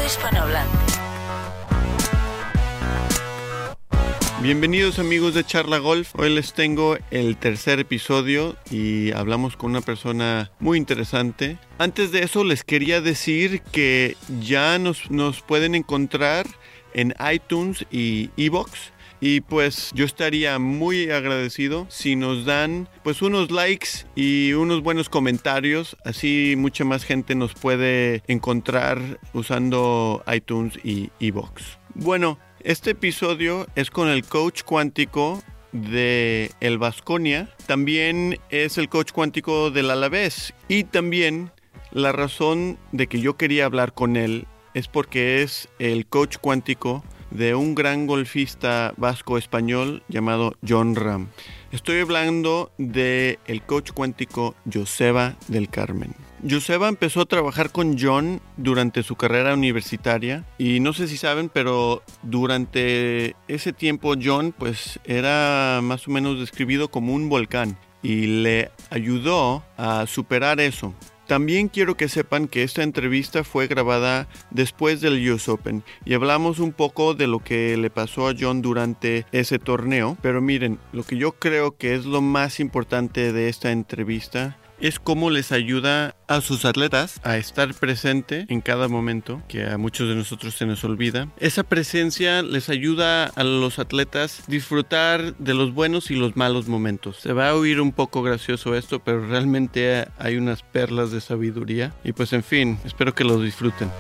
hispanohablante. Bienvenidos amigos de Charla Golf. Hoy les tengo el tercer episodio y hablamos con una persona muy interesante. Antes de eso les quería decir que ya nos pueden encontrar en iTunes y iVoox. Y pues yo estaría muy agradecido si nos dan pues unos likes y unos buenos comentarios. Así mucha más gente nos puede encontrar usando iTunes y iVoox. Bueno, este episodio es con el coach cuántico de el Baskonia. También es el coach cuántico del Alavés. Y también la razón de que yo quería hablar con él es porque es el coach cuántico de un gran golfista vasco español llamado Jon Rahm. Estoy hablando del coach cuántico Joseba del Carmen. Joseba empezó a trabajar con Jon durante su carrera universitaria y no sé si saben, pero durante ese tiempo Jon pues era más o menos describido como un volcán y le ayudó a superar eso. También quiero que sepan que esta entrevista fue grabada después del US Open y hablamos un poco de lo que le pasó a Jon durante ese torneo. Pero miren, lo que yo creo que es lo más importante de esta entrevista es cómo les ayuda a sus atletas a estar presente en cada momento, que a muchos de nosotros se nos olvida. Esa presencia les ayuda a los atletas disfrutar de los buenos y los malos momentos. Se va a oír un poco gracioso esto, pero realmente hay unas perlas de sabiduría. Y pues en fin, espero que lo disfruten.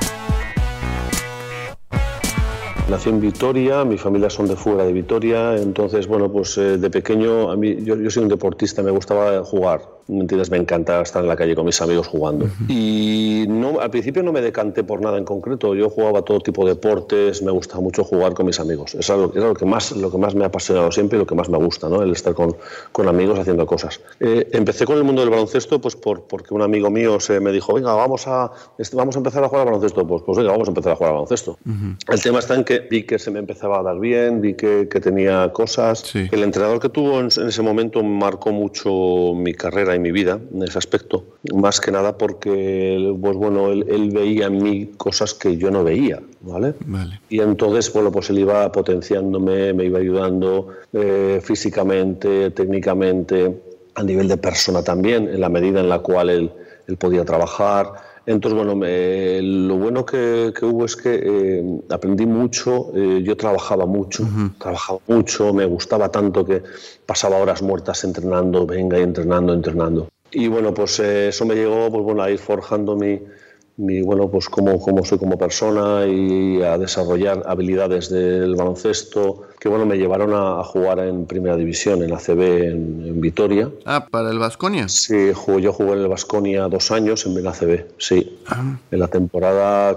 Nací en Vitoria, mi familia son de fuera de Vitoria, entonces, bueno, pues de pequeño, a mí, yo soy un deportista, me gustaba jugar, ¿me entiendes? Me encanta estar en la calle con mis amigos jugando. Y no, al principio no me decanté por nada en concreto, yo jugaba todo tipo de deportes, me gustaba mucho jugar con mis amigos, era lo que más me ha apasionado siempre y lo que más me gusta, ¿no? El estar con amigos haciendo cosas. Empecé con el mundo del baloncesto pues porque un amigo mío me dijo, venga, vamos a empezar a jugar al baloncesto, pues venga, vamos a empezar a jugar al baloncesto. El tema está en que vi que se me empezaba a dar bien, vi que tenía cosas. Sí. El entrenador que tuvo en ese momento marcó mucho mi carrera y mi vida en ese aspecto, más que nada porque pues bueno, él veía en mí cosas que yo no veía, ¿vale? Y entonces, bueno, pues él iba potenciándome, me iba ayudando físicamente, técnicamente, a nivel de persona también, en la medida en la cual él podía trabajar. Entonces, bueno, lo bueno que hubo es que aprendí mucho, yo trabajaba mucho, me gustaba tanto que pasaba horas muertas entrenando, entrenando. Y bueno, pues eso me llegó pues, bueno, a ir forjando bueno, pues cómo soy como persona y a desarrollar habilidades del baloncesto que bueno, me llevaron a jugar en primera división, en ACB en Vitoria. Ah, ¿para el Baskonia? Sí, yo jugué en el Baskonia 2 años en el ACB, sí. En la temporada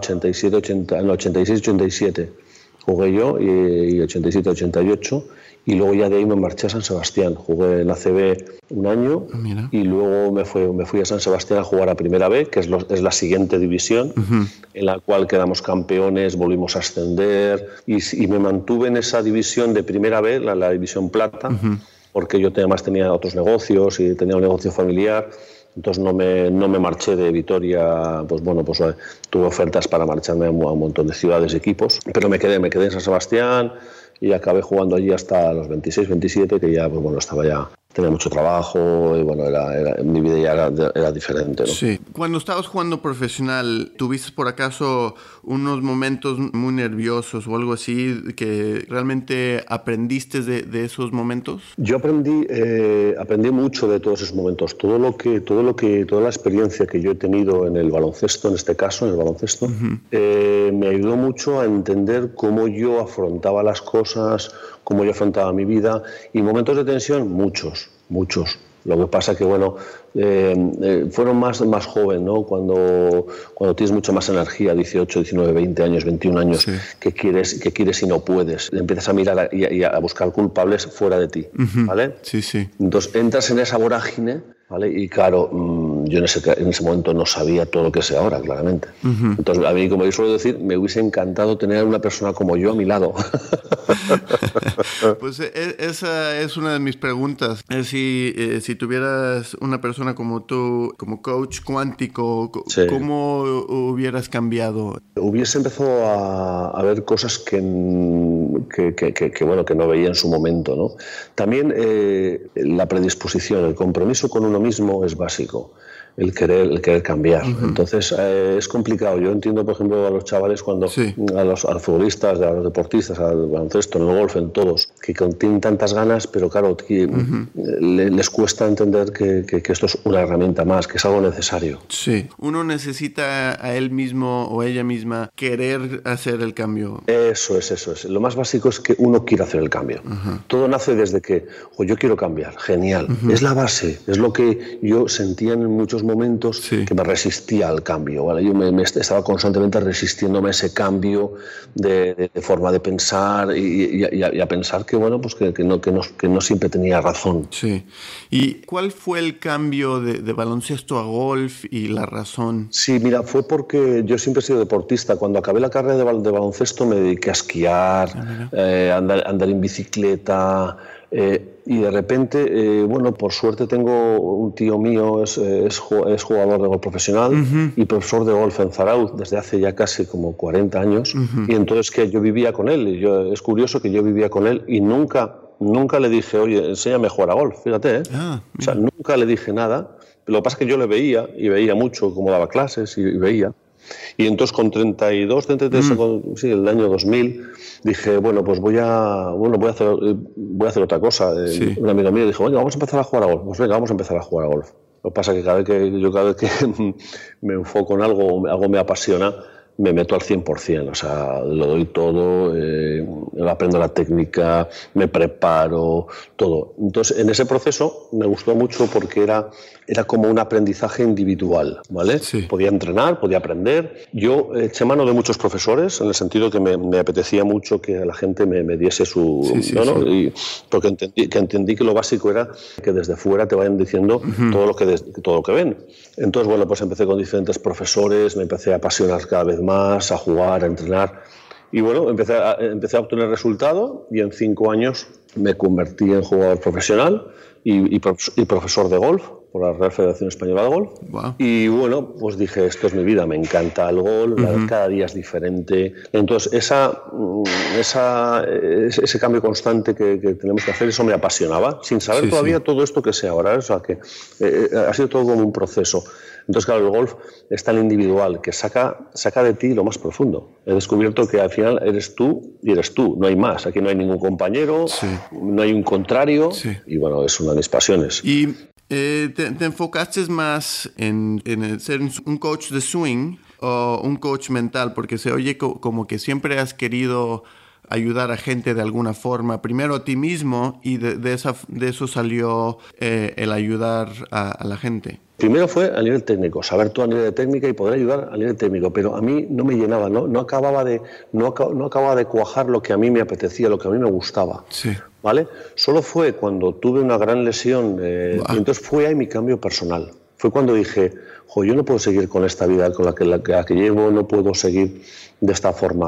86-87 jugué yo y 87-88. Y luego ya de ahí me marché a San Sebastián. Jugué en ACB 1 año y luego me fui a San Sebastián a jugar a Primera B, que es la siguiente división, en la cual quedamos campeones, volvimos a ascender y me mantuve en esa división de Primera B, la división plata, porque yo además tenía otros negocios y tenía un negocio familiar. Entonces no me marché de Vitoria, pues bueno, pues tuve ofertas para marcharme a un montón de ciudades y equipos, pero me quedé en San Sebastián y acabé jugando allí hasta los 26, 27, que ya, pues bueno, tenía mucho trabajo y bueno, mi vida ya era diferente, ¿no? Sí. Cuando estabas jugando profesional, ¿tuviste por acaso unos momentos muy nerviosos o algo así que realmente aprendiste de esos momentos? Yo aprendí mucho de todos esos momentos. Toda la experiencia que yo he tenido en el baloncesto, en este caso, me ayudó mucho a entender cómo yo afrontaba las cosas, cómo yo afrontaba mi vida, y momentos de tensión, muchos. Lo que pasa que, bueno, fueron más joven, ¿no? Cuando tienes mucha más energía, 18, 19, 20 años, 21 años, sí, que quieres y no puedes. Empiezas a mirar y a buscar culpables fuera de ti, ¿vale? Sí. Entonces entras en esa vorágine, ¿vale? Y claro, yo en ese momento no sabía todo lo que sé ahora, claramente. Entonces, a mí, como yo suelo decir, me hubiese encantado tener una persona como yo a mi lado. Pues esa es una de mis preguntas. Si tuvieras una persona como tú, como coach cuántico, Sí. ¿cómo hubieras cambiado? Hubiese empezado a ver cosas que no veía en su momento, ¿no? También la predisposición, el compromiso con uno mismo es básico. El querer cambiar. Entonces es complicado. Yo entiendo, por ejemplo, a los chavales cuando a los futbolistas, a los deportistas, al baloncesto, en el golf, en todos, que tienen tantas ganas, pero claro, les cuesta entender que esto es una herramienta más, que es algo necesario. Sí. Uno necesita a él mismo o ella misma querer hacer el cambio. Eso es. Lo más básico es que uno quiera hacer el cambio. Todo nace desde que, yo quiero cambiar. Genial. Es la base. Es lo que yo sentía en muchos momentos que me resistía al cambio, ¿vale? Yo me estaba constantemente resistiéndome a ese cambio de forma de pensar y a pensar que, bueno, pues que no siempre tenía razón. Sí. ¿Y cuál fue el cambio de baloncesto a golf y la razón? Sí, mira, fue porque yo siempre he sido deportista. Cuando acabé la carrera de baloncesto me dediqué a esquiar, andar en bicicleta. Y de repente, por suerte tengo un tío mío, es jugador de golf profesional y profesor de golf en Zarauz desde hace ya casi como 40 años. Y entonces que yo vivía con él. Y es curioso que yo vivía con él y nunca le dije, oye, enséñame a jugar a golf, fíjate. O sea, nunca le dije nada. Lo que pasa es que yo le veía y veía mucho cómo daba clases y veía. Y entonces con 32, 33, el año 2000, dije, pues voy a hacer otra cosa. Un amigo mío dijo, venga, vamos a empezar a jugar a golf. Pues venga, vamos a empezar a jugar a golf. Lo que pasa es que cada vez que me enfoco en algo me apasiona, me meto al 100%, o sea, lo doy todo, aprendo la técnica, me preparo, todo. Entonces, en ese proceso me gustó mucho porque era como un aprendizaje individual, ¿vale? Sí. Podía entrenar, podía aprender. Yo eché mano de muchos profesores, en el sentido que me apetecía mucho que la gente me diese su... ¿no? Y porque entendí que lo básico era que desde fuera te vayan diciendo todo lo que ven. Entonces, pues empecé con diferentes profesores, me empecé a apasionar cada vez más, a jugar, a entrenar. Y empecé a obtener resultado y en 5 años me convertí en jugador profesional y profesor de golf por la Real Federación Española de Golf. Wow. Y pues dije, esto es mi vida, me encanta el golf, cada día es diferente. Entonces, ese cambio constante que tenemos que hacer, eso me apasionaba, sin saber todavía todo esto que sé ahora. O sea, que ha sido todo como un proceso. Entonces, claro, el golf es tan individual que saca de ti lo más profundo. He descubierto que al final eres tú y eres tú, no hay más. Aquí no hay ningún compañero, no hay un contrario, y es una de mis pasiones. Y te enfocaste más en ser un coach de swing o un coach mental, porque se oye como que siempre has querido ayudar a gente de alguna forma, primero a ti mismo, y de eso salió el ayudar a la gente. Primero fue a nivel técnico, saber todo a nivel de técnica y poder ayudar a nivel técnico, pero a mí no me llenaba, no acababa de cuajar lo que a mí me apetecía, lo que a mí me gustaba. Sí. ¿Vale? Solo fue cuando tuve una gran lesión, y entonces fue ahí mi cambio personal. Fue cuando dije, yo no puedo seguir con esta vida con la que llevo, no puedo seguir de esta forma,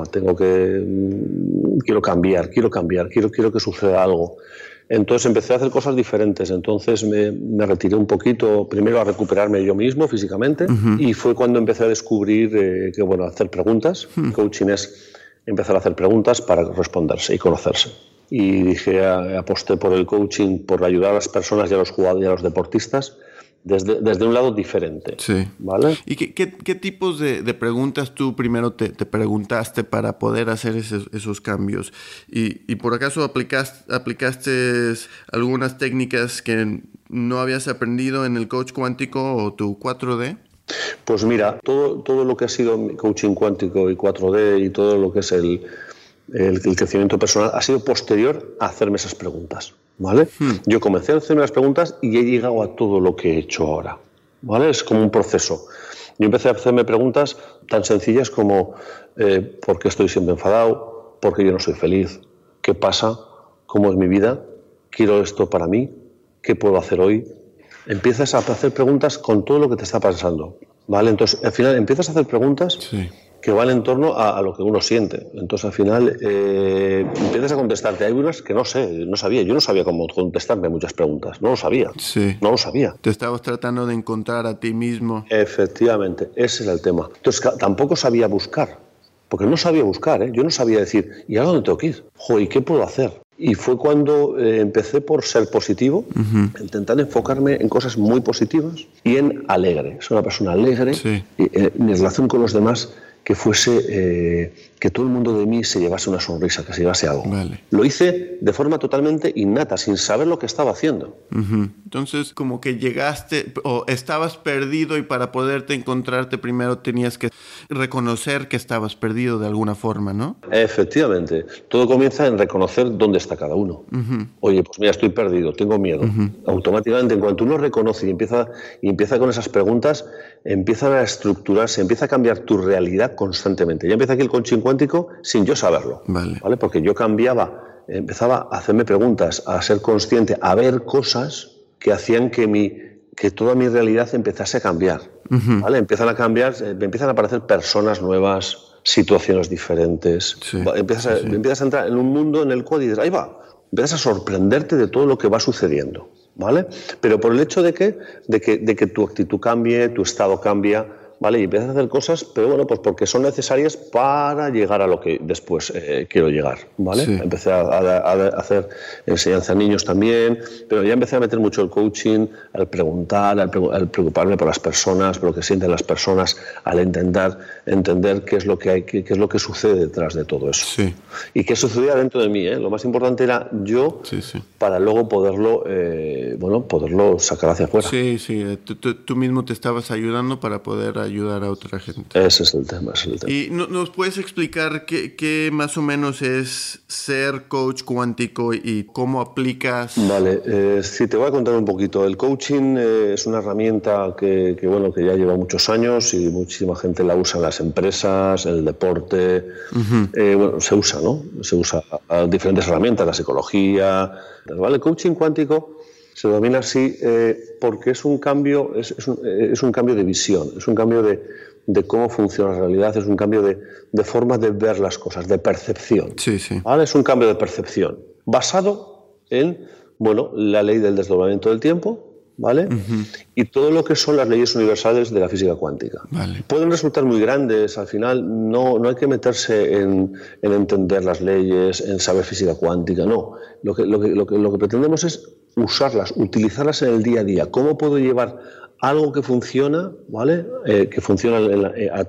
quiero cambiar, quiero que suceda algo. Entonces empecé a hacer cosas diferentes. Entonces me retiré un poquito, primero a recuperarme yo mismo físicamente, y fue cuando empecé a descubrir que hacer preguntas. Coaching es empezar a hacer preguntas para responderse y conocerse. Y dije, aposté por el coaching, por ayudar a las personas y a los jugadores y a los deportistas desde un lado diferente. Sí. ¿Vale? ¿Y qué tipos de preguntas tú primero te preguntaste para poder hacer esos cambios? ¿Y por acaso aplicaste algunas técnicas que no habías aprendido en el coach cuántico o tu 4D? Pues mira, todo lo que ha sido coaching cuántico y 4D y todo lo que es el crecimiento personal ha sido posterior a hacerme esas preguntas, ¿vale? Yo comencé a hacerme las preguntas y he llegado a todo lo que he hecho ahora, ¿vale? Es como un proceso. Yo empecé a hacerme preguntas tan sencillas como ¿por qué estoy siempre enfadado? ¿Por qué yo no soy feliz? ¿Qué pasa? ¿Cómo es mi vida? ¿Quiero esto para mí? ¿Qué puedo hacer hoy? empiezas a hacer preguntas con todo lo que te está pasando, ¿vale? Entonces, al final empiezas a hacer preguntas que van en torno a lo que uno siente. Entonces, al final, empiezas a contestarte. Hay unas que no sabía. Yo no sabía cómo contestarme muchas preguntas. No lo sabía. No lo sabía. Te estabas tratando de encontrar a ti mismo. Efectivamente, ese era el tema. Entonces, tampoco sabía buscar. Porque no sabía buscar, ¿eh? Yo no sabía decir, ¿y ahora dónde tengo que ir? ¿Y qué puedo hacer? Y fue cuando empecé por ser positivo, intentar enfocarme en cosas muy positivas y en alegre. Soy una persona alegre. Y, mi relación con los demás, que fuese que todo el mundo de mí se llevase una sonrisa, que se llevase algo. Vale. Lo hice de forma totalmente innata, sin saber lo que estaba haciendo. Entonces, como que llegaste o estabas perdido y para poderte encontrarte primero tenías que reconocer que estabas perdido de alguna forma, ¿no? Efectivamente. Todo comienza en reconocer dónde está cada uno. Oye, pues mira, estoy perdido, tengo miedo. Automáticamente, en cuanto uno reconoce y empieza con esas preguntas, empiezan a estructurarse, empieza a cambiar tu realidad constantemente. Ya empieza aquí el coaching cuántico sin yo saberlo. ¿Vale? Porque yo empezaba a hacerme preguntas, a ser consciente, a ver cosas que hacían que toda mi realidad empezase a cambiar. ¿Vale? Empiezan a aparecer personas nuevas, situaciones diferentes. Empiezas a entrar en un mundo en el cual dices, ahí va, empiezas a sorprenderte de todo lo que va sucediendo. ¿Vale? Pero por el hecho de que tu actitud cambie, tu estado cambia, ¿vale? Y empiezas a hacer cosas, pero bueno, pues porque son necesarias para llegar a lo que después quiero llegar, ¿vale? Empecé a hacer enseñanza a niños también, pero ya empecé a meter mucho el coaching, al preguntar, al preocuparme por las personas, por lo que sienten las personas, al entender qué es lo que hay, qué es lo que sucede detrás de todo eso. Y qué sucedía dentro de mí, ¿eh? Lo más importante era yo para luego poderlo sacar hacia afuera. Tú mismo te estabas ayudando para poder ayudar a otra gente. Ese es el tema. ¿Y nos puedes explicar qué más o menos es ser coach cuántico y cómo aplicas? Vale, sí, te voy a contar un poquito. El coaching es una herramienta que ya lleva muchos años y muchísima gente la usa en las empresas, en el deporte. Se usa, ¿no? Se usa a diferentes herramientas, la psicología. ¿Vale? El coaching cuántico se denomina así porque es un cambio de visión, es un cambio de cómo funciona la realidad, es un cambio de forma de ver las cosas, de percepción. ¿Vale? Es un cambio de percepción basado en la ley del desdoblamiento del tiempo, ¿vale? Y todo lo que son las leyes universales de la física cuántica. Pueden resultar muy grandes, al final no hay que meterse en entender las leyes, en saber física cuántica, no. Lo que pretendemos es usarlas, utilizarlas en el día a día. ¿Cómo puedo llevar algo que funciona, ¿vale? Que funciona en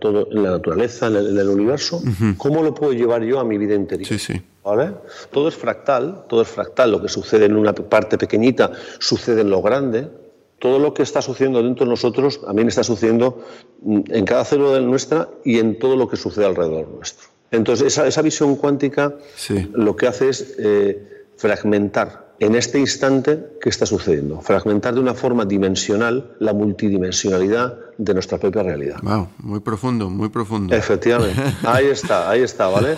la naturaleza, en el universo? ¿Cómo lo puedo llevar yo a mi vida interior? ¿Vale? Todo es fractal, lo que sucede en una parte pequeñita sucede en lo grande. Todo lo que está sucediendo dentro de nosotros también está sucediendo en cada célula nuestra y en todo lo que sucede alrededor nuestro. Entonces, esa visión cuántica lo que hace es fragmentar en este instante qué está sucediendo, fragmentar de una forma dimensional la multidimensionalidad de nuestra propia realidad. Wow, muy profundo, muy profundo. Efectivamente, ahí está, ¿vale?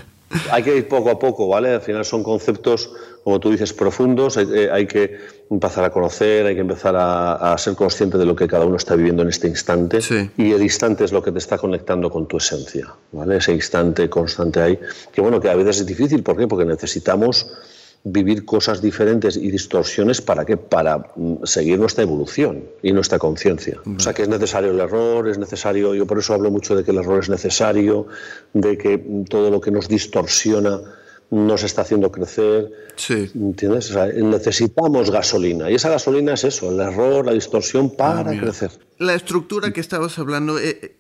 Hay que ir poco a poco, ¿vale? Al final son conceptos, como tú dices, profundos. Hay que empezar a conocer, hay que empezar a ser consciente de lo que cada uno está viviendo en este instante. Y el instante es lo que te está conectando con tu esencia, ¿vale? Ese instante constante ahí, que a veces es difícil. ¿Por qué? Porque necesitamos vivir cosas diferentes y distorsiones. ¿Para qué? Para seguir nuestra evolución y nuestra conciencia. O sea, que es necesario el error, es necesario, yo por eso hablo mucho de que el error es necesario, de que todo lo que nos distorsiona nos está haciendo crecer. ¿Entiendes? O sea, necesitamos gasolina, y esa gasolina es eso, el error, la distorsión para crecer. La estructura que estabas hablando,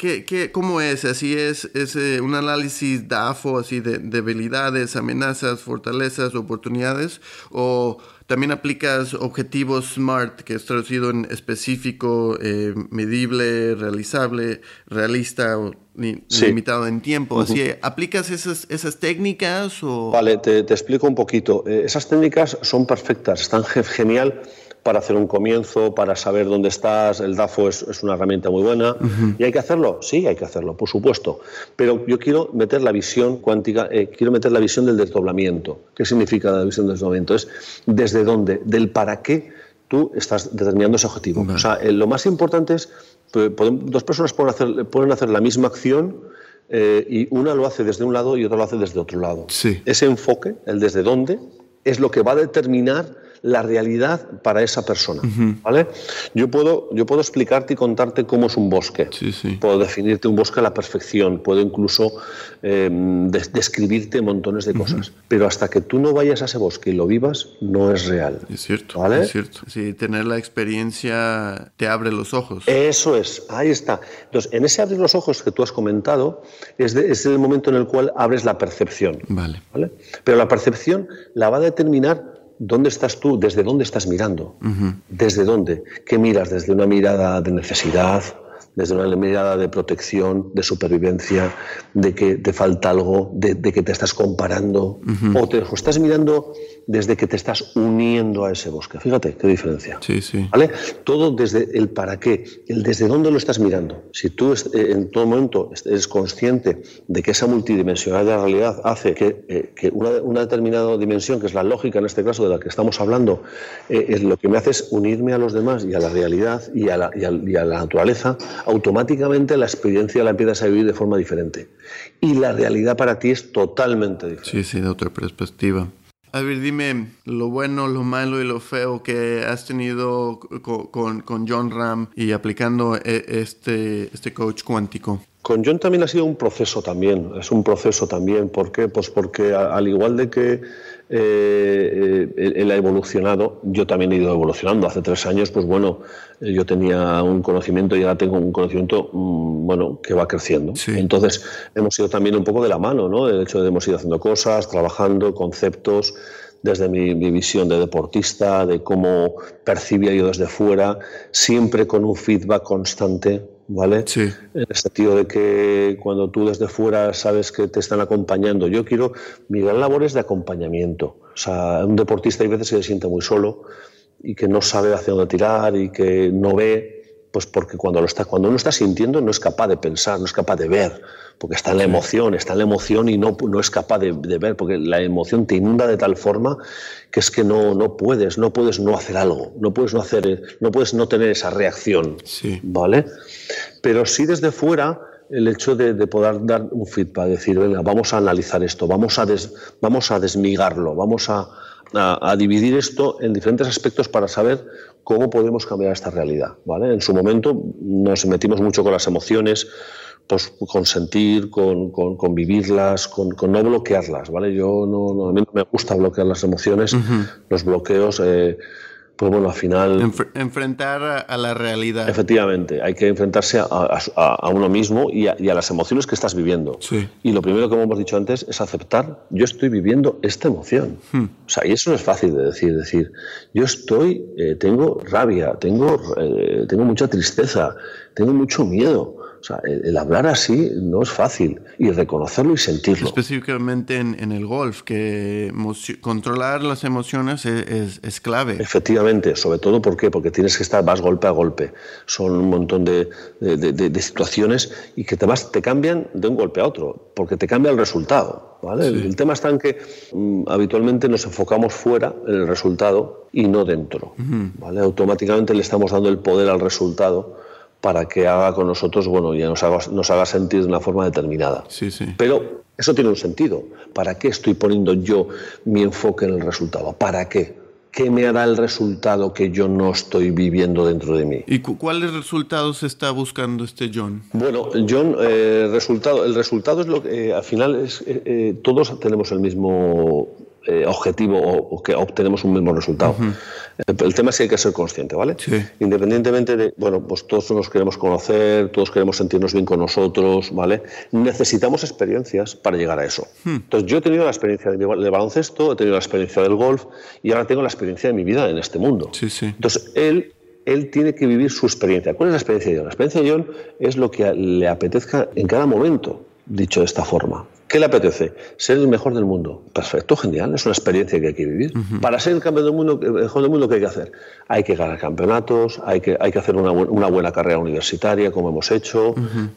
¿cómo es? ¿Así es un análisis DAFO, así de debilidades, amenazas, fortalezas, oportunidades? ¿O también aplicas objetivos SMART, que es traducido en específico, medible, realizable, realista o limitado en tiempo? ¿Así aplicas esas técnicas? ¿O? Vale, te explico un poquito. Esas técnicas son perfectas, están genial para hacer un comienzo, para saber dónde estás. El DAFO es una herramienta muy buena. ¿Y hay que hacerlo? Sí, hay que hacerlo, por supuesto. Pero yo quiero meter la visión cuántica, quiero meter la visión del desdoblamiento. ¿Qué significa la visión del desdoblamiento? Es desde dónde, del para qué tú estás determinando ese objetivo. O sea, lo más importante es, dos personas pueden hacer la misma acción y una lo hace desde un lado y otra lo hace desde otro lado. Sí. Ese enfoque, el desde dónde, es lo que va a determinar la realidad para esa persona, ¿vale? Yo puedo explicarte y contarte cómo es un bosque. Sí, sí. Puedo definirte un bosque a la perfección, puedo incluso describirte montones de cosas, pero hasta que tú no vayas a ese bosque y lo vivas, no es real. Es cierto, ¿vale? es cierto. Sí, tener la experiencia te abre los ojos. Eso es, ahí está. Entonces, en ese abrir los ojos que tú has comentado, es el momento en el cual abres la percepción. Vale. ¿Vale? Pero la percepción la va a determinar dónde estás tú, desde dónde estás mirando. ¿Desde dónde? ¿Qué miras? ¿Desde una mirada de necesidad? ¿Desde una mirada de protección, de supervivencia, de que te falta algo, de que te estás comparando? ¿O estás mirando desde que te estás uniendo a ese bosque? Fíjate qué diferencia. Sí, sí. ¿Vale? Todo desde el para qué, el desde dónde lo estás mirando. Si tú en todo momento eres consciente de que esa multidimensionalidad de la realidad hace que una determinada dimensión, que es la lógica en este caso de la que estamos hablando, es lo que me hace es unirme a los demás y a la realidad y a la naturaleza, automáticamente la experiencia la empiezas a vivir de forma diferente. Y la realidad para ti es totalmente diferente. Sí, sí, de otra perspectiva. A ver, dime lo bueno, lo malo y lo feo que has tenido con John Ram y aplicando este coach cuántico. Con John también ha sido un proceso también, es un proceso también. ¿Por qué? Pues porque al igual de que él ha evolucionado, yo también he ido evolucionando. Hace 3 años, pues bueno, yo tenía un conocimiento y ahora tengo un conocimiento, bueno, que va creciendo. Sí. Entonces, hemos ido también un poco de la mano, ¿no? El hecho de hemos ido haciendo cosas, trabajando, conceptos, desde mi visión de deportista, de cómo percibía yo desde fuera, siempre con un feedback constante, ¿vale? Sí. En el sentido de que cuando tú desde fuera sabes que te están acompañando, mi gran labor es de acompañamiento. O sea, un deportista hay veces que se siente muy solo y que no sabe hacia dónde tirar y que no ve, pues porque cuando uno está sintiendo no es capaz de pensar, no es capaz de ver, porque está en la emoción y no es capaz de ver, porque la emoción te inunda de tal forma que es que no puedes no hacer algo, no puedes no tener esa reacción, sí. ¿vale? Pero sí desde fuera el hecho de poder dar un feedback, decir, venga, vamos a analizar esto, vamos a desmigarlo, vamos a dividir esto en diferentes aspectos para saber cómo podemos cambiar esta realidad, ¿vale? En su momento nos metimos mucho con las emociones, pues con sentir, con vivirlas, con no bloquearlas, ¿vale? A mí no me gusta bloquear las emociones, los bloqueos, pues bueno, al final... Enfrentar a la realidad. Efectivamente, hay que enfrentarse a uno mismo y a las emociones que estás viviendo. Sí. Y lo primero que hemos dicho antes es aceptar, yo estoy viviendo esta emoción. O sea, y eso no es fácil de decir, yo tengo rabia, tengo mucha tristeza, tengo mucho miedo. O sea, el hablar así no es fácil y reconocerlo y sentirlo. Específicamente en el golf, que controlar las emociones es clave. Efectivamente, sobre todo ¿por qué? Porque tienes que vas golpe a golpe. Son un montón de situaciones y que te cambian de un golpe a otro, porque te cambia el resultado, ¿vale? Sí. El tema está en que habitualmente nos enfocamos fuera en el resultado y no dentro, ¿vale? Automáticamente le estamos dando el poder al resultado para que haga con nosotros, bueno, ya nos haga sentir de una forma determinada. Sí, sí. Pero eso tiene un sentido. ¿Para qué estoy poniendo yo mi enfoque en el resultado? ¿Para qué? ¿Qué me hará el resultado que yo no estoy viviendo dentro de mí? ¿Y cuáles resultados está buscando este John? Bueno, John, el resultado es lo que al final todos tenemos el mismo objetivo o que obtenemos un mismo resultado. El tema es que hay que ser consciente, ¿vale? Sí. Independientemente de, bueno, pues todos nos queremos conocer, todos queremos sentirnos bien con nosotros, ¿vale? Necesitamos experiencias para llegar a eso. Entonces yo he tenido la experiencia del baloncesto, he tenido la experiencia del golf y ahora tengo la experiencia de mi vida en este mundo. Sí, sí. Entonces él tiene que vivir su experiencia. ¿Cuál es la experiencia de John? La experiencia de John es lo que le apetezca en cada momento, dicho de esta forma. ¿Qué le apetece? Ser el mejor del mundo. Perfecto, genial, es una experiencia que hay que vivir. Para ser el campeón del mundo, el mejor del mundo, ¿qué hay que hacer? Hay que ganar campeonatos, hay que hacer una buena carrera universitaria, como hemos hecho,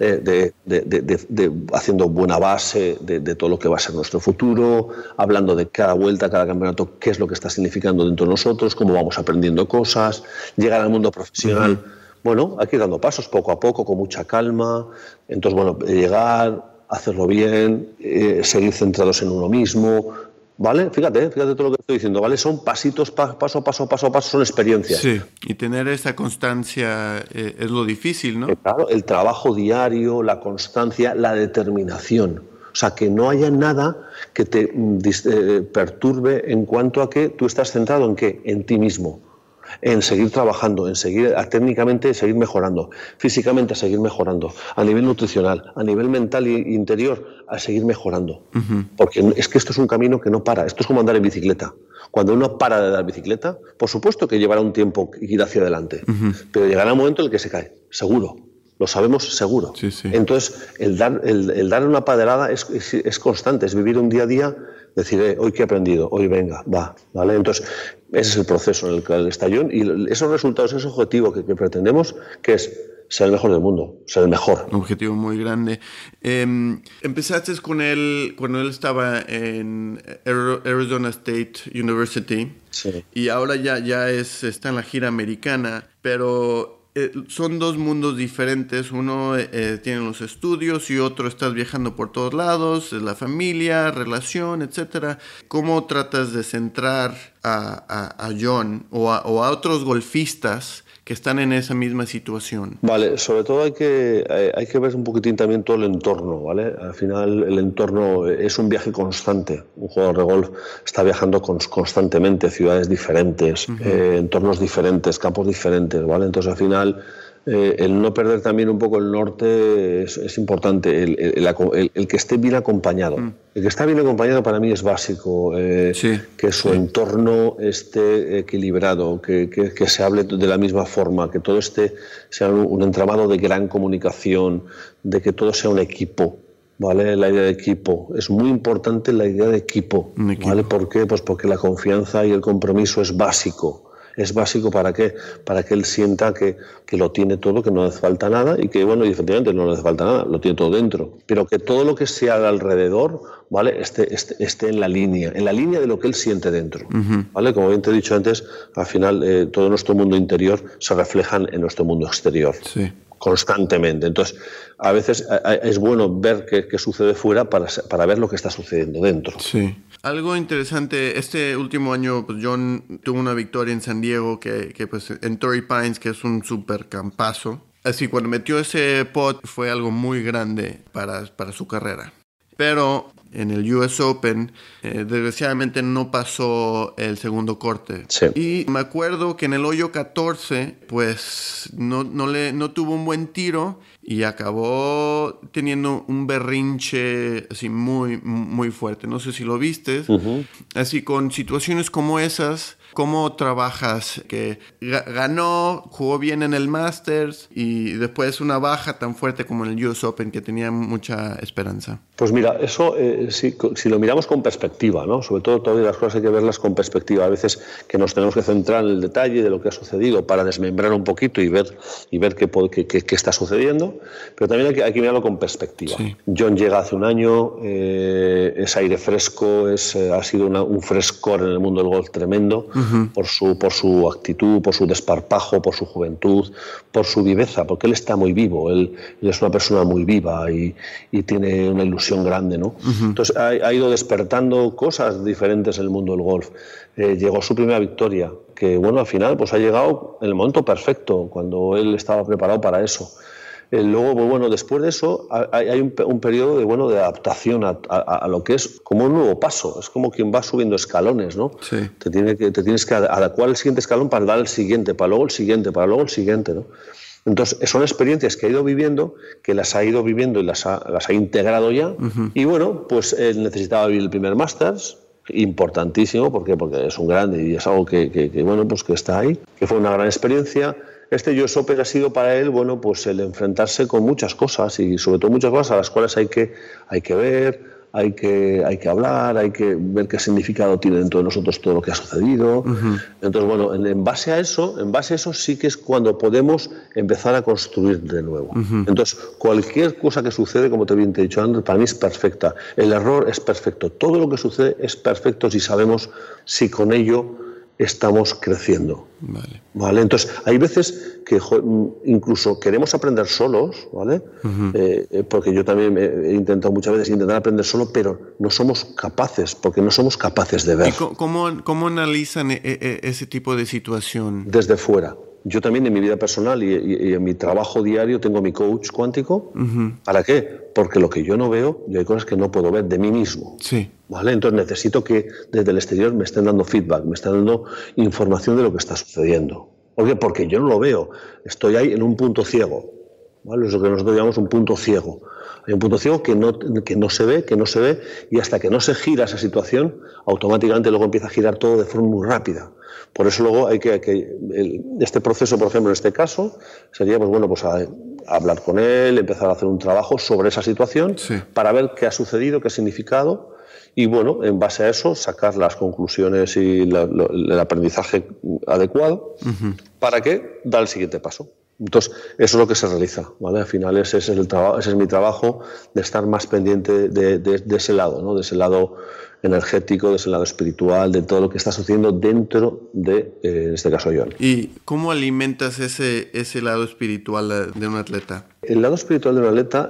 haciendo buena base de todo lo que va a ser nuestro futuro, hablando de cada vuelta, cada campeonato, qué es lo que está significando dentro de nosotros, cómo vamos aprendiendo cosas, llegar al mundo profesional. Bueno, hay que ir dando pasos poco a poco, con mucha calma. Entonces, bueno, llegar, hacerlo bien, seguir centrados en uno mismo, ¿vale? Fíjate todo lo que estoy diciendo, ¿vale? Son pasitos, paso a paso, son experiencias. Sí, y tener esa constancia es lo difícil, ¿no? Claro, el trabajo diario, la constancia, la determinación. O sea, que no haya nada que te perturbe en cuanto a que tú estás centrado en ¿qué? En ti mismo. En seguir trabajando, en seguir técnicamente, seguir mejorando, físicamente a seguir mejorando, a nivel nutricional, a nivel mental e interior, a seguir mejorando. Porque es que esto es un camino que no para, esto es como andar en bicicleta. Cuando uno para de dar bicicleta, por supuesto que llevará un tiempo ir hacia adelante, pero llegará un momento en el que se cae, seguro. Lo sabemos seguro. Sí, sí. Entonces, el dar una padelada es constante, es vivir un día a día, decir, hoy que he aprendido, hoy venga, va, ¿vale? Entonces, ese es el proceso en el que está Jon, y esos resultados, ese objetivo que pretendemos, que es ser el mejor del mundo, ser el mejor. Un objetivo muy grande. Empezaste con él cuando él estaba en Arizona State University, sí. Y ahora ya está en la gira americana, pero son dos mundos diferentes. Uno tiene los estudios y otro estás viajando por todos lados, la familia, relación, etcétera. ¿Cómo tratas de centrar a Jon o a otros golfistas que están en esa misma situación? Vale, sobre todo hay que ver un poquitín también todo el entorno, ¿vale? Al final el entorno es un viaje constante. Un jugador de golf está viajando constantemente, ciudades diferentes, entornos diferentes, campos diferentes, ¿vale? Entonces al final el no perder también un poco el norte es importante, el que esté bien acompañado. El que está bien acompañado para mí es básico, que su entorno esté equilibrado, que se hable de la misma forma, que todo sea un entramado de gran comunicación, de que todo sea un equipo. ¿Vale? La idea de equipo. Es muy importante la idea de equipo. ¿Vale? ¿Por qué? Pues porque la confianza y el compromiso es básico. ¿Es básico para qué? Para que él sienta que lo tiene todo, que no le hace falta nada y que, bueno, y efectivamente no le hace falta nada, lo tiene todo dentro. Pero que todo lo que se haga alrededor, ¿vale? esté en la línea de lo que él siente dentro. ¿Vale? Como bien te he dicho antes, al final todo nuestro mundo interior se refleja en nuestro mundo exterior. Sí. Constantemente. Entonces, a veces es bueno ver qué sucede fuera para ver lo que está sucediendo dentro. Sí. Algo interesante, este último año, pues Jon tuvo una victoria en San Diego, que pues en Torrey Pines, que es un super campazo. Así, cuando metió ese putt fue algo muy grande para su carrera. Pero en el US Open, desgraciadamente no pasó el segundo corte. Sí. Y me acuerdo que en el hoyo 14, pues no tuvo un buen tiro y acabó teniendo un berrinche así muy, muy fuerte. No sé si lo viste. Así, con situaciones como esas, ¿cómo trabajas? Que ganó, jugó bien en el Masters y después una baja tan fuerte como en el US Open, que tenía mucha esperanza. Pues mira, eso si lo miramos con perspectiva, ¿no? Sobre todo todas las cosas hay que verlas con perspectiva. A veces que nos tenemos que centrar en el detalle de lo que ha sucedido para desmembrar un poquito y ver qué está sucediendo, pero también hay que mirarlo con perspectiva. Sí. Jon llega hace un año, es aire fresco, ha sido un frescor en el mundo del golf tremendo, por su actitud, por su desparpajo, por su juventud, por su viveza, porque él está muy vivo, él es una persona muy viva y tiene una ilusión grande, ¿no? Entonces ha ido despertando cosas diferentes en el mundo del golf. Llegó su primera victoria, que bueno, al final pues ha llegado en el momento perfecto, cuando él estaba preparado para eso. Luego, pues bueno, después de eso hay un periodo de adaptación a lo que es como un nuevo paso. Es como quien va subiendo escalones, ¿no? Sí. Te tienes que adecuar el siguiente escalón para dar el siguiente, para luego el siguiente, para luego el siguiente, ¿no? Entonces, son experiencias que ha ido viviendo, que las ha ido viviendo y las ha integrado ya. Y bueno, pues él necesitaba vivir el primer Masters, importantísimo, ¿por qué? Porque es un grande y es algo que bueno, pues que está ahí, que fue una gran experiencia. Este US Open ha sido para él, bueno, pues el enfrentarse con muchas cosas y sobre todo muchas cosas a las cuales hay que ver, hay que hablar, hay que ver qué significado tiene dentro de nosotros todo lo que ha sucedido. Entonces, bueno, en base a eso sí que es cuando podemos empezar a construir de nuevo. Entonces, cualquier cosa que sucede, como bien te he dicho antes, para mí es perfecta. El error es perfecto. Todo lo que sucede es perfecto si sabemos si con ello estamos creciendo. Vale. Entonces, hay veces que incluso queremos aprender solos, ¿vale? Porque yo también he intentado muchas veces intentar aprender solo, pero no somos capaces, porque no somos capaces de ver. ¿Y cómo analizan ese tipo de situación? Desde fuera. Yo también en mi vida personal y en mi trabajo diario tengo mi coach cuántico. ¿Para qué? Porque lo que yo no veo, yo hay cosas que no puedo ver de mí mismo. Sí. ¿Vale? Entonces necesito que desde el exterior me estén dando feedback, me estén dando información de lo que está sucediendo. ¿Por qué? Porque yo no lo veo. Estoy ahí en un punto ciego. ¿Vale? Es lo que nosotros llamamos un punto ciego. Hay un punto ciego que no se ve, y hasta que no se gira esa situación, automáticamente luego empieza a girar todo de forma muy rápida. Por eso luego hay este proceso, por ejemplo, en este caso, sería hablar con él, empezar a hacer un trabajo sobre esa situación, para ver qué ha sucedido, qué ha significado, y bueno, en base a eso sacar las conclusiones y el aprendizaje adecuado para que da el siguiente paso. Entonces, eso es lo que se realiza, ¿vale? Al final ese es mi trabajo, de estar más pendiente de ese lado, ¿no? De ese lado energético, de ese lado espiritual, de todo lo que está sucediendo dentro de, en este caso, yo. ¿Y cómo alimentas ese lado espiritual de un atleta? El lado espiritual de un atleta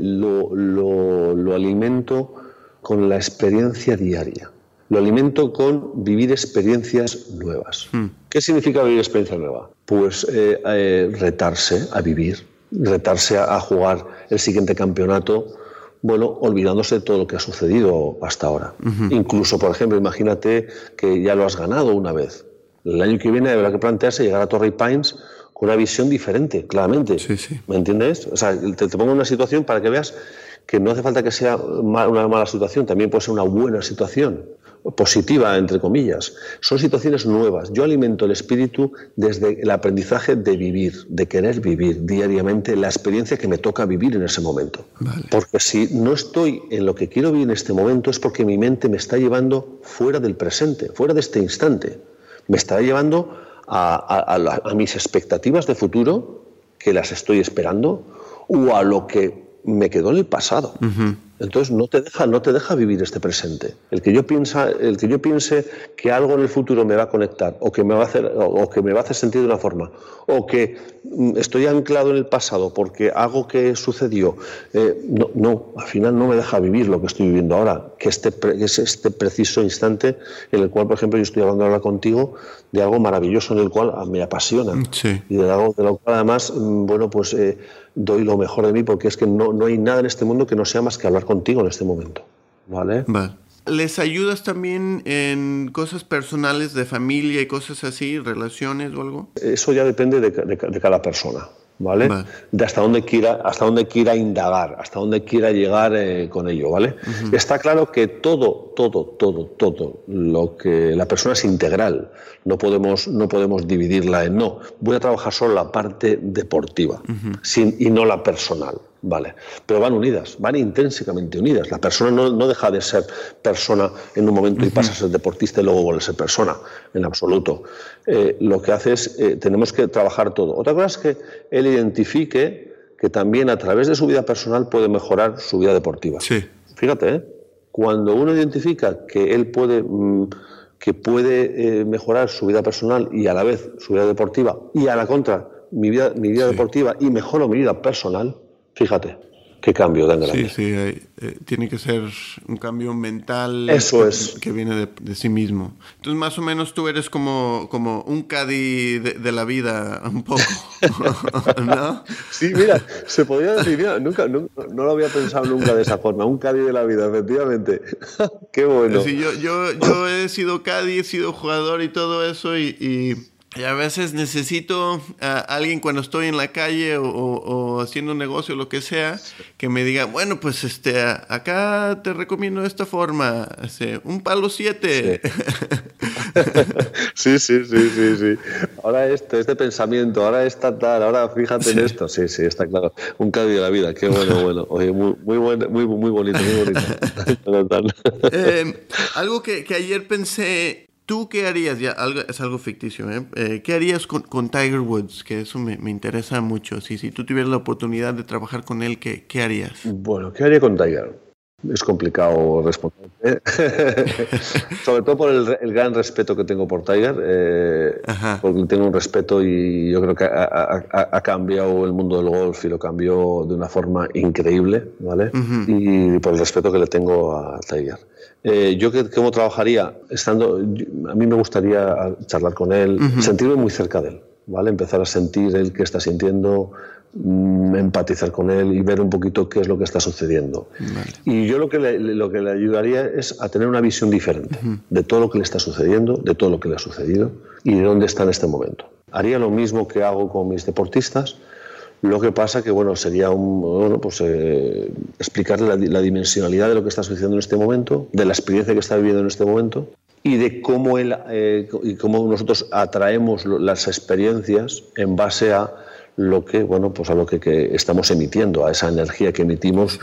lo alimento con la experiencia diaria. Lo alimento con vivir experiencias nuevas. ¿Qué significa vivir experiencias nuevas? Pues retarse a vivir, retarse a jugar el siguiente campeonato, olvidándose de todo lo que ha sucedido hasta ahora. Incluso, por ejemplo, imagínate que ya lo has ganado una vez. El año que viene habrá que plantearse llegar a Torrey Pines con una visión diferente, claramente. Sí. ¿Me entiendes? O sea, te pongo en una situación para que veas que no hace falta que sea una mala situación, también puede ser una buena situación, positiva, entre comillas. Son situaciones nuevas. Yo alimento el espíritu desde el aprendizaje de vivir, de querer vivir diariamente la experiencia que me toca vivir en ese momento. Vale. Porque si no estoy en lo que quiero vivir en este momento es porque mi mente me está llevando fuera del presente, fuera de este instante. Me está llevando a mis expectativas de futuro, que las estoy esperando, o a lo que me quedó en el pasado. Entonces no te deja vivir este presente. El que yo piense que algo en el futuro me va a conectar, o que me va a hacer sentir de una forma, o que estoy anclado en el pasado porque algo que sucedió, al final no me deja vivir lo que estoy viviendo ahora, que es este preciso instante en el cual, por ejemplo, yo estoy hablando ahora contigo de algo maravilloso en el cual me apasiona. Sí. Y de algo de lo cual además, doy lo mejor de mí, porque es que no hay nada en este mundo que no sea más que hablar contigo en este momento. ¿Vale? ¿Les ayudas también en cosas personales de familia y cosas así, relaciones o algo? Eso ya depende de cada persona, ¿vale? De hasta dónde quiera indagar, hasta dónde quiera llegar con ello, ¿vale? Está claro que todo lo que la persona es integral. No podemos dividirla en no. Voy a trabajar solo la parte deportiva y no la personal. Vale, pero van unidas, van intrínsecamente unidas. La persona no deja de ser persona en un momento y pasa a ser deportista y luego vuelve a ser persona, en absoluto. Lo que hace es, tenemos que trabajar todo. Otra cosa es que él identifique que también a través de su vida personal puede mejorar su vida deportiva. Sí. Fíjate, cuando uno identifica que él puede mejorar su vida personal y a la vez su vida deportiva, y a la contra, mi vida deportiva y mejoro mi vida personal, fíjate, qué cambio tan grande. Sí, tiene que ser un cambio mental. Eso es. Que viene de sí mismo. Entonces, más o menos tú eres como un Caddy de la vida, un poco, ¿no? Sí, mira, se podría decir, mira, no lo había pensado nunca de esa forma, un Caddy de la vida, efectivamente. Qué bueno. Sí, yo he sido Caddy, he sido jugador y todo eso, y Y a veces necesito a alguien cuando estoy en la calle o haciendo un negocio o lo que sea, que me diga, bueno, pues acá te recomiendo esta forma, un palo 7. Sí. Sí. Ahora este pensamiento, ahora esta tal, ahora fíjate en esto. Sí, está claro. Un cambio de la vida, qué bueno. Oye, muy bonito. Algo que ayer pensé. ¿Tú qué harías? Ya es algo ficticio, ¿eh? ¿Qué harías con Tiger Woods? Que eso me interesa mucho. Si tú tuvieras la oportunidad de trabajar con él, ¿qué harías? Bueno, ¿qué haría con Tiger? Es complicado responder. Sobre todo por el gran respeto que tengo por Tiger, porque tengo un respeto y yo creo que ha cambiado el mundo del golf y lo cambió de una forma increíble, ¿vale? Y por el respeto que le tengo a Tiger. Yo cómo trabajaría a mí me gustaría charlar con él, sentirme muy cerca de él, ¿vale? Empezar a sentir él qué está sintiendo, empatizar con él y ver un poquito qué es lo que está sucediendo. Vale. Y yo lo que le ayudaría es a tener una visión diferente de todo lo que le está sucediendo, de todo lo que le ha sucedido y de dónde está en este momento. Haría lo mismo que hago con mis deportistas. Lo que pasa que sería explicarle la dimensionalidad de lo que está sucediendo en este momento, de la experiencia que está viviendo en este momento y de cómo cómo nosotros atraemos las experiencias en base a lo que a lo que estamos emitiendo, a esa energía que emitimos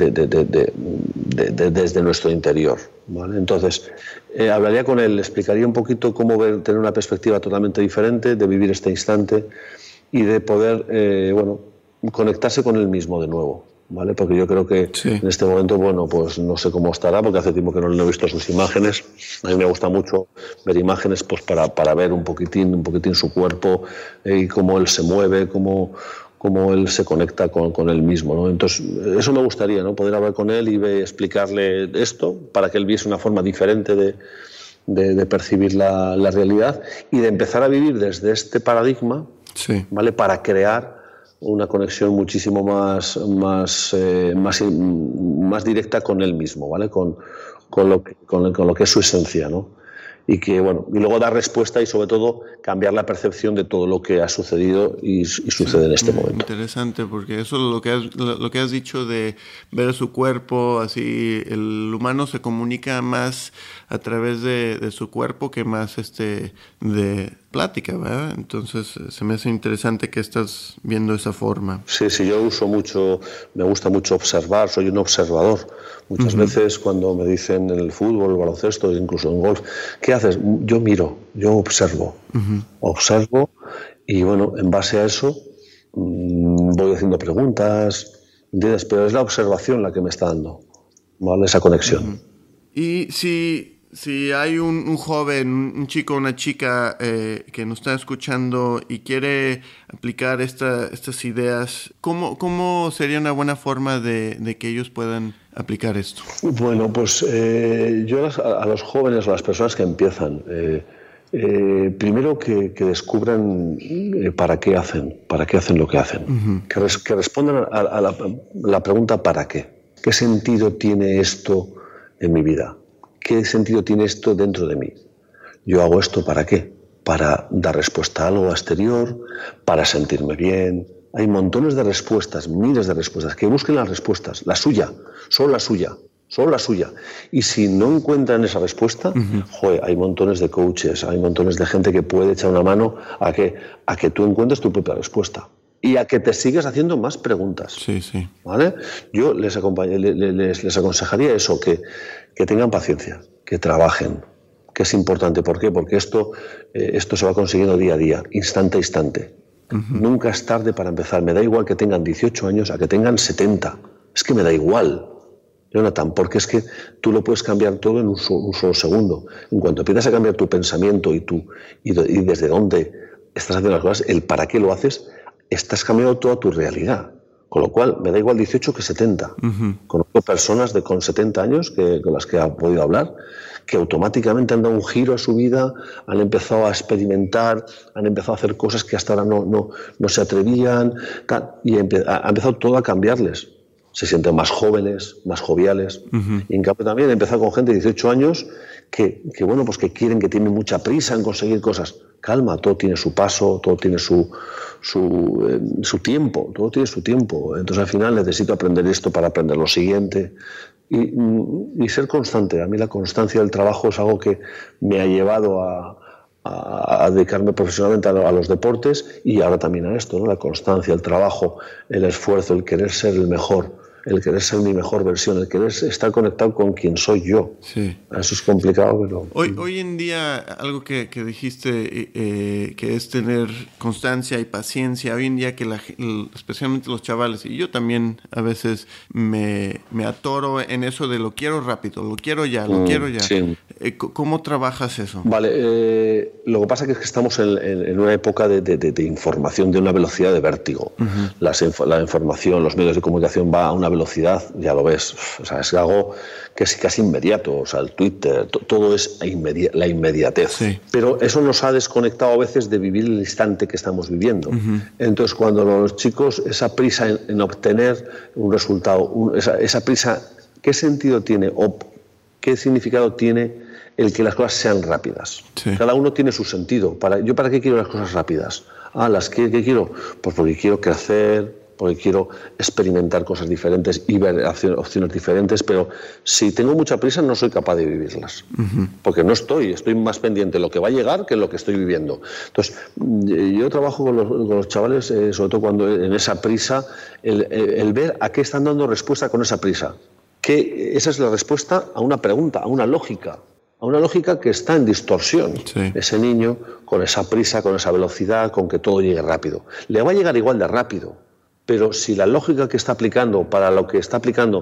desde nuestro interior, ¿vale? Entonces hablaría con él, le explicaría un poquito cómo tener una perspectiva totalmente diferente, de vivir este instante y de poder conectarse con él mismo de nuevo, ¿vale? Porque yo creo que en este momento, pues no sé cómo estará, porque hace tiempo que no he visto sus imágenes. A mí me gusta mucho ver imágenes pues para ver un poquitín su cuerpo y cómo él se mueve, cómo él se conecta con él mismo, ¿no? Entonces, eso me gustaría, ¿no? Poder hablar con él y explicarle esto para que él viese una forma diferente de percibir la realidad y de empezar a vivir desde este paradigma, ¿vale? Para crear una conexión muchísimo más directa con él mismo, ¿vale? Con lo que es su esencia, ¿no? Y luego dar respuesta y sobre todo cambiar la percepción de todo lo que ha sucedido y sucede en este momento. Interesante, porque eso es lo que has dicho de ver su cuerpo, así el humano se comunica más a través de su cuerpo que más de plática, ¿verdad? Entonces se me hace interesante que estás viendo esa forma. Sí, yo me gusta mucho observar, soy un observador. Muchas veces cuando me dicen en el fútbol, el baloncesto, incluso en golf, ¿qué haces? Yo miro, yo observo. Observo y en base a eso voy haciendo preguntas, ¿entiendes? Pero es la observación la que me está dando, ¿vale? Esa conexión. Y si hay un joven, un chico o una chica que nos está escuchando y quiere aplicar estas ideas, ¿cómo sería una buena forma de que ellos puedan aplicar esto? Bueno, pues yo a los jóvenes, a las personas que empiezan, primero que descubran para qué hacen lo que hacen, que respondan a la pregunta ¿para qué? ¿Qué sentido tiene esto en mi vida? ¿Qué sentido tiene esto dentro de mí? ¿Yo hago esto para qué? Para dar respuesta a algo exterior, para sentirme bien. Hay montones de respuestas, miles de respuestas. Que busquen las respuestas, la suya, solo la suya. Y si no encuentran esa respuesta, hay montones de coaches, hay montones de gente que puede echar una mano a que tú encuentres tu propia respuesta. Y a que te sigas haciendo más preguntas. Sí. ¿Vale? Yo les aconsejaría eso, que tengan paciencia, que trabajen, que es importante. ¿Por qué? Porque esto se va consiguiendo día a día, instante a instante. Nunca es tarde para empezar. Me da igual que tengan 18 años a que tengan 70. Es que me da igual, Jonathan, porque es que tú lo puedes cambiar todo en un solo segundo. En cuanto empiezas a cambiar tu pensamiento y desde dónde estás haciendo las cosas, el para qué lo haces, estás cambiando toda tu realidad. Con lo cual, me da igual 18 que 70. Conozco personas con 70 años con las que he podido hablar, que automáticamente han dado un giro a su vida, han empezado a experimentar, han empezado a hacer cosas que hasta ahora no se atrevían, y ha empezado todo a cambiarles. se sienten más jóvenes, más joviales. Y en cambio también he empezado con gente de 18 años que bueno, pues que tienen mucha prisa en conseguir cosas. Calma, todo tiene su paso, todo tiene su tiempo, todo tiene su tiempo. Entonces al final necesito aprender esto para aprender lo siguiente y ser constante. A mí la constancia del trabajo es algo que me ha llevado a dedicarme profesionalmente a los deportes y ahora también a esto, ¿no? La constancia, el trabajo, el esfuerzo, el querer ser el mejor, el querer ser mi mejor versión, el querer estar conectado con quien soy yo. Sí. Eso es complicado, pero... Hoy en día, algo que dijiste, que es tener constancia y paciencia, hoy en día que especialmente los chavales, y yo también a veces me atoro en eso de lo quiero rápido, lo quiero ya. Sí. ¿Cómo trabajas eso? Vale, lo que pasa es que estamos en una época de información de una velocidad de vértigo. La información, los medios de comunicación va a una velocidad, ya lo ves, o sea, es algo que es casi inmediato, o sea, el Twitter, todo es la inmediatez. Sí. Pero eso nos ha desconectado a veces de vivir el instante que estamos viviendo. Entonces, cuando los chicos, esa prisa en obtener un resultado, esa prisa, ¿qué sentido tiene o qué significado tiene el que las cosas sean rápidas? Sí. Cada uno tiene su sentido. ¿Yo para qué quiero las cosas rápidas? ¿Qué quiero? Pues porque quiero crecer, porque quiero experimentar cosas diferentes y ver opciones diferentes, pero si tengo mucha prisa no soy capaz de vivirlas, porque no estoy más pendiente de lo que va a llegar que de lo que estoy viviendo. Entonces, yo trabajo con los chavales, sobre todo cuando en esa prisa, el ver a qué están dando respuesta con esa prisa. Que esa es la respuesta a una pregunta, a una lógica que está en distorsión. Sí. Ese niño, con esa prisa, con esa velocidad, con que todo llegue rápido. Le va a llegar igual de rápido, pero si la lógica que está aplicando para lo que está aplicando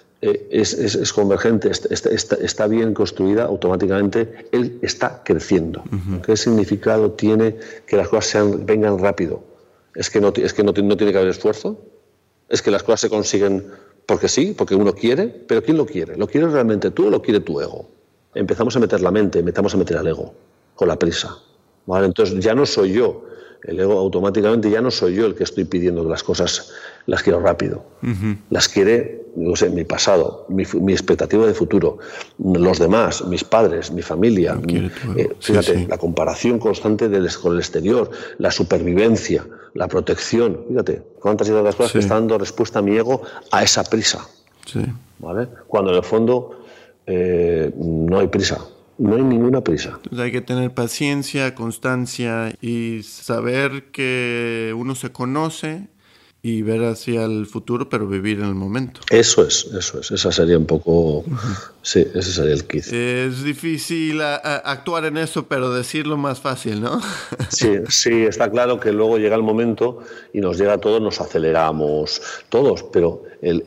es convergente, está bien construida, automáticamente él está creciendo. ¿Qué significado tiene que las cosas vengan rápido? ¿Es que no tiene que haber esfuerzo? ¿Es que las cosas se consiguen porque sí, porque uno quiere? ¿Pero quién lo quiere? ¿Lo quieres realmente tú o lo quiere tu ego? Empezamos a meter la mente, empezamos a meter al ego con la prisa, ¿vale? Entonces ya no soy yo, el ego automáticamente ya no soy yo el que estoy pidiendo que las cosas las quiero rápido. Las quiere, no sé, mi pasado, mi expectativa de futuro, los demás, mis padres, mi familia. Fíjate, sí. La comparación constante con el exterior, la supervivencia, la protección. Fíjate, cuántas y tantas cosas que están dando respuesta a mi ego a esa prisa. Sí. ¿Vale? Cuando en el fondo no hay prisa. No hay ninguna prisa. Entonces hay que tener paciencia, constancia y saber que uno se conoce y ver hacia el futuro, pero vivir en el momento. Eso es. Esa sería un poco... Sí, ese sería el kit. Es difícil actuar en eso, pero decirlo más fácil, ¿no? Sí, está claro que luego llega el momento y nos llega a todos, nos aceleramos todos, pero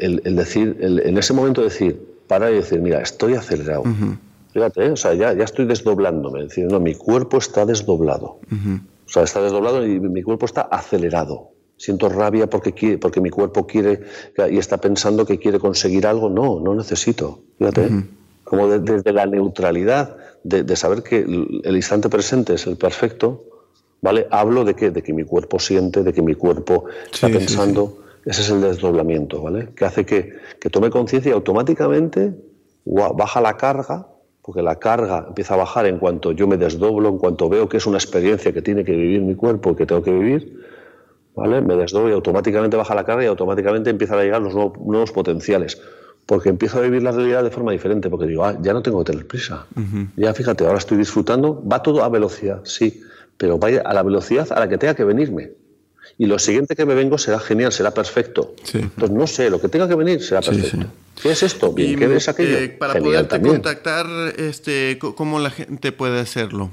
en ese momento decir, parar y decir, mira, estoy acelerado. Fíjate, o sea, ya estoy desdoblándome. Es decir, no, mi cuerpo está desdoblado. O sea, está desdoblado y mi cuerpo está acelerado. Siento rabia porque mi cuerpo quiere y está pensando que quiere conseguir algo. No necesito. Fíjate, como desde la neutralidad, de saber que el instante presente es el perfecto, ¿vale? Hablo de que mi cuerpo siente, de que mi cuerpo está pensando. Sí. Ese es el desdoblamiento, ¿vale? Que hace que tome conciencia y automáticamente baja la carga. Porque la carga empieza a bajar en cuanto yo me desdoblo, en cuanto veo que es una experiencia que tiene que vivir mi cuerpo y que tengo que vivir, ¿vale? Me desdoblo y automáticamente baja la carga y automáticamente empiezan a llegar los nuevos potenciales. Porque empiezo a vivir la realidad de forma diferente, porque digo, ya no tengo que tener prisa. Ya fíjate, ahora estoy disfrutando, va todo a velocidad, sí, pero vaya a la velocidad a la que tenga que venirme. Y lo siguiente que me vengo será genial, será perfecto. Sí. Entonces, no sé, lo que tenga que venir será perfecto. Sí. ¿Qué es esto? Bien, ¿qué es aquello? Para genial poderte también contactar, ¿cómo la gente puede hacerlo?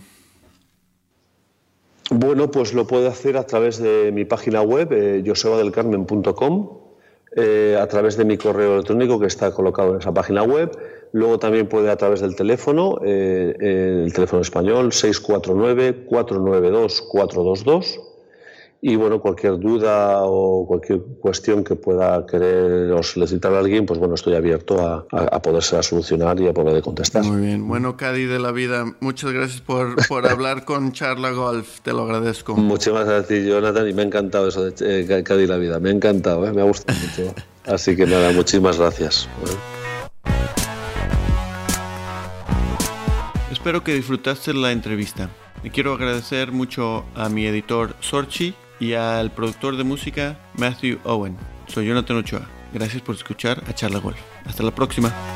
Bueno, pues lo puede hacer a través de mi página web, josebadelcarmen.com, a través de mi correo electrónico que está colocado en esa página web. Luego también puede a través del teléfono, el teléfono español, 649-492-422. Y bueno, cualquier duda o cualquier cuestión que pueda querer o solicitar a alguien, pues bueno, estoy abierto a podérsela solucionar y a poder contestar. Muy bien. Bueno, Cadi de la Vida, muchas gracias por hablar con Charla Golf. Te lo agradezco. Muchísimas gracias a ti, Jonathan, y me ha encantado eso de Cadi de la Vida. Me ha encantado, me ha gustado mucho. Así que nada, muchísimas gracias. Espero que disfrutaste la entrevista. Le quiero agradecer mucho a mi editor Sorchi y al productor de música Matthew Owen. Soy Jonathan Ochoa. Gracias por escuchar a Charla Golf. Hasta la próxima.